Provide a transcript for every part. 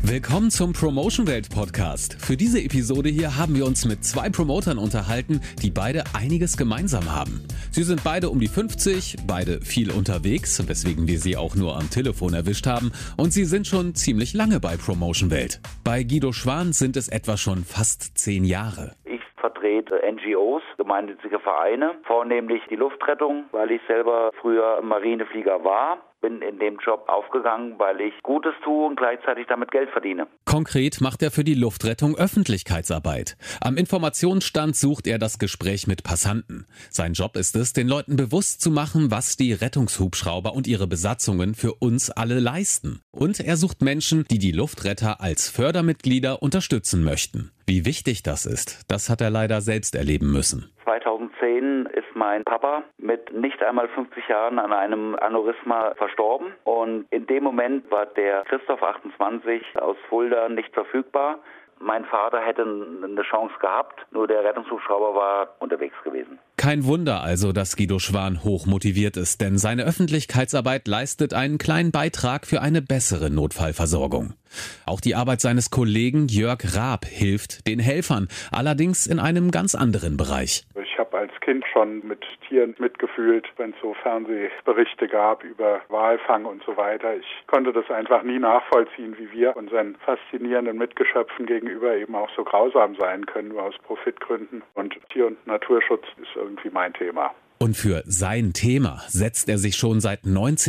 Willkommen zum Promotion Welt Podcast. Für diese Episode hier haben wir uns mit zwei Promotern unterhalten, die beide einiges gemeinsam haben. Sie sind beide um die 50, beide viel unterwegs, weswegen wir sie auch nur am Telefon erwischt haben, und sie sind schon ziemlich lange bei Promotion Welt. Bei Guido Schwan sind es etwa schon fast 10 Jahre. Ich vertrete NGOs, gemeinnützige Vereine, vornehmlich die Luftrettung, weil ich selber früher Marineflieger war. Bin in dem Job aufgegangen, weil ich Gutes tue und gleichzeitig damit Geld verdiene. Konkret macht er für die Luftrettung Öffentlichkeitsarbeit. Am Informationsstand sucht er das Gespräch mit Passanten. Sein Job ist es, den Leuten bewusst zu machen, was die Rettungshubschrauber und ihre Besatzungen für uns alle leisten. Und er sucht Menschen, die die Luftretter als Fördermitglieder unterstützen möchten. Wie wichtig das ist, das hat er leider selbst erleben müssen. 2010 ist mein Papa mit nicht einmal 50 Jahren an einem Aneurysma verstorben. Und in dem Moment war der Christoph 28 aus Fulda nicht verfügbar. Mein Vater hätte eine Chance gehabt, nur der Rettungshubschrauber war unterwegs gewesen. Kein Wunder also, dass Guido Schwan hoch motiviert ist, denn seine Öffentlichkeitsarbeit leistet einen kleinen Beitrag für eine bessere Notfallversorgung. Auch die Arbeit seines Kollegen Jörg Raab hilft den Helfern, allerdings in einem ganz anderen Bereich. Ich habe als Kind schon mit Tieren mitgefühlt, wenn es so Fernsehberichte gab über Walfang und so weiter. Ich konnte das einfach nie nachvollziehen, wie wir unseren faszinierenden Mitgeschöpfen gegenüber eben auch so grausam sein können, nur aus Profitgründen. Und Tier- und Naturschutz ist irgendwie mein Thema. Und für sein Thema setzt er sich schon seit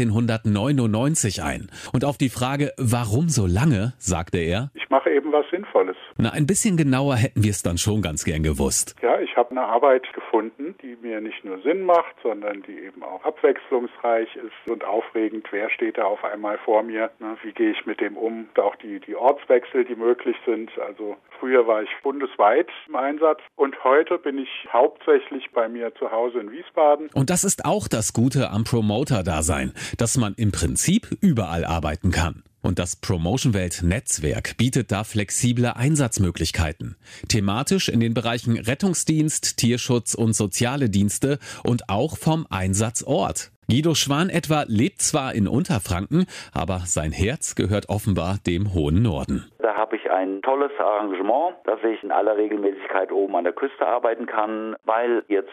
1999 ein. Und auf die Frage, warum so lange, sagte er: Ich mache eben was Sinnvolles. Na, ein bisschen genauer hätten wir es dann schon ganz gern gewusst. Ja, ich habe eine Arbeit gefunden, die mir nicht nur Sinn macht, sondern die eben auch abwechslungsreich ist und aufregend. Wer steht da auf einmal vor mir? Wie gehe ich mit dem um? Auch die Ortswechsel, die möglich sind. Also früher war ich bundesweit im Einsatz und heute bin ich hauptsächlich bei mir zu Hause in Wiesbaden. Und das ist auch das Gute am Promoter-Dasein, dass man im Prinzip überall arbeiten kann. Und das Promotion Welt Netzwerk bietet da flexible Einsatzmöglichkeiten. Thematisch in den Bereichen Rettungsdienst, Tierschutz und soziale Dienste und auch vom Einsatzort. Guido Schwan etwa lebt zwar in Unterfranken, aber sein Herz gehört offenbar dem hohen Norden. Da habe ich ein tolles Arrangement, dass ich in aller Regelmäßigkeit oben an der Küste arbeiten kann, weil jetzt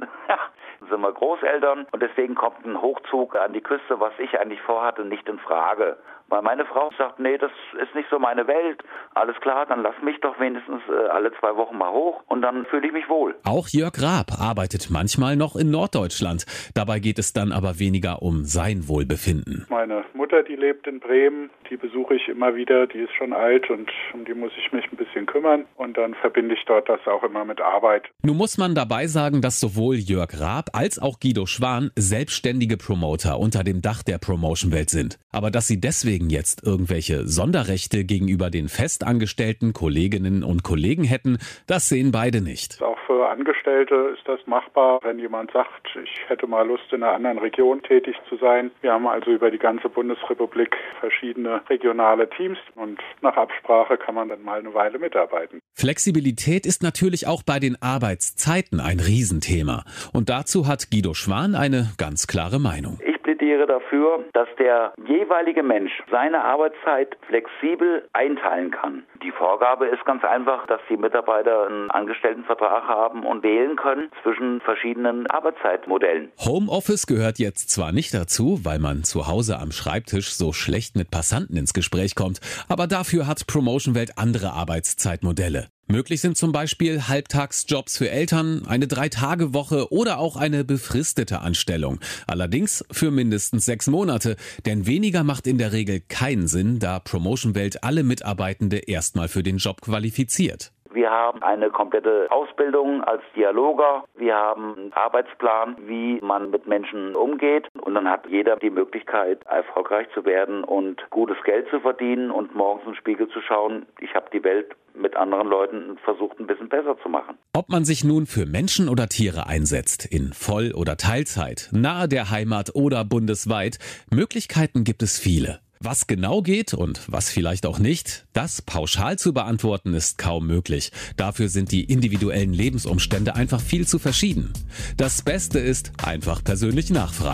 sind wir Großeltern und deswegen kommt ein Hochzug an die Küste, was ich eigentlich vorhatte, nicht in Frage. Weil meine Frau sagt, nee, das ist nicht so meine Welt. Alles klar, dann lass mich doch wenigstens alle 2 Wochen mal hoch und dann fühle ich mich wohl. Auch Jörg Raab arbeitet manchmal noch in Norddeutschland. Dabei geht es dann aber weniger um sein Wohlbefinden. Meine Mutter, die lebt in Bremen, die besuche ich immer wieder. Die ist schon alt und um die muss ich mich ein bisschen kümmern. Und dann verbinde ich dort das auch immer mit Arbeit. Nun muss man dabei sagen, dass sowohl Jörg Raab als auch Guido Schwan selbstständige Promoter unter dem Dach der Promotion Welt sind. Aber dass sie deswegen jetzt irgendwelche Sonderrechte gegenüber den festangestellten Kolleginnen und Kollegen hätten, das sehen beide nicht. Auch für Angestellte ist das machbar, wenn jemand sagt, ich hätte mal Lust, in einer anderen Region tätig zu sein. Wir haben also über die ganze Bundesrepublik verschiedene regionale Teams und nach Absprache kann man dann mal eine Weile mitarbeiten. Flexibilität ist natürlich auch bei den Arbeitszeiten ein Riesenthema. Und dazu hat Guido Schwan eine ganz klare Meinung. Ich plädiere dafür, dass der jeweilige Mensch seine Arbeitszeit flexibel einteilen kann. Die Vorgabe ist ganz einfach, dass die Mitarbeiter einen Angestelltenvertrag haben und wählen können zwischen verschiedenen Arbeitszeitmodellen. Homeoffice gehört jetzt zwar nicht dazu, weil man zu Hause am Schreibtisch so schlecht mit Passanten ins Gespräch kommt, aber dafür hat Promotion Welt andere Arbeitszeitmodelle. Möglich sind zum Beispiel Halbtagsjobs für Eltern, eine 3-Tage-Woche oder auch eine befristete Anstellung. Allerdings für mindestens 6 Monate, denn weniger macht in der Regel keinen Sinn, da Promotion Welt alle Mitarbeitende erstmal für den Job qualifiziert. Wir haben eine komplette Ausbildung als Dialoger. Wir haben einen Arbeitsplan, wie man mit Menschen umgeht. Und dann hat jeder die Möglichkeit, erfolgreich zu werden und gutes Geld zu verdienen und morgens im Spiegel zu schauen, ich habe die Welt mit anderen Leuten versucht, ein bisschen besser zu machen. Ob man sich nun für Menschen oder Tiere einsetzt, in Voll- oder Teilzeit, nahe der Heimat oder bundesweit, Möglichkeiten gibt es viele. Was genau geht und was vielleicht auch nicht, das pauschal zu beantworten ist kaum möglich. Dafür sind die individuellen Lebensumstände einfach viel zu verschieden. Das Beste ist einfach persönlich nachfragen.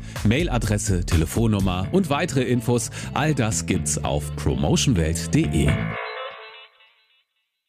Mailadresse, Telefonnummer und weitere Infos, all das gibt's auf promotionwelt.de.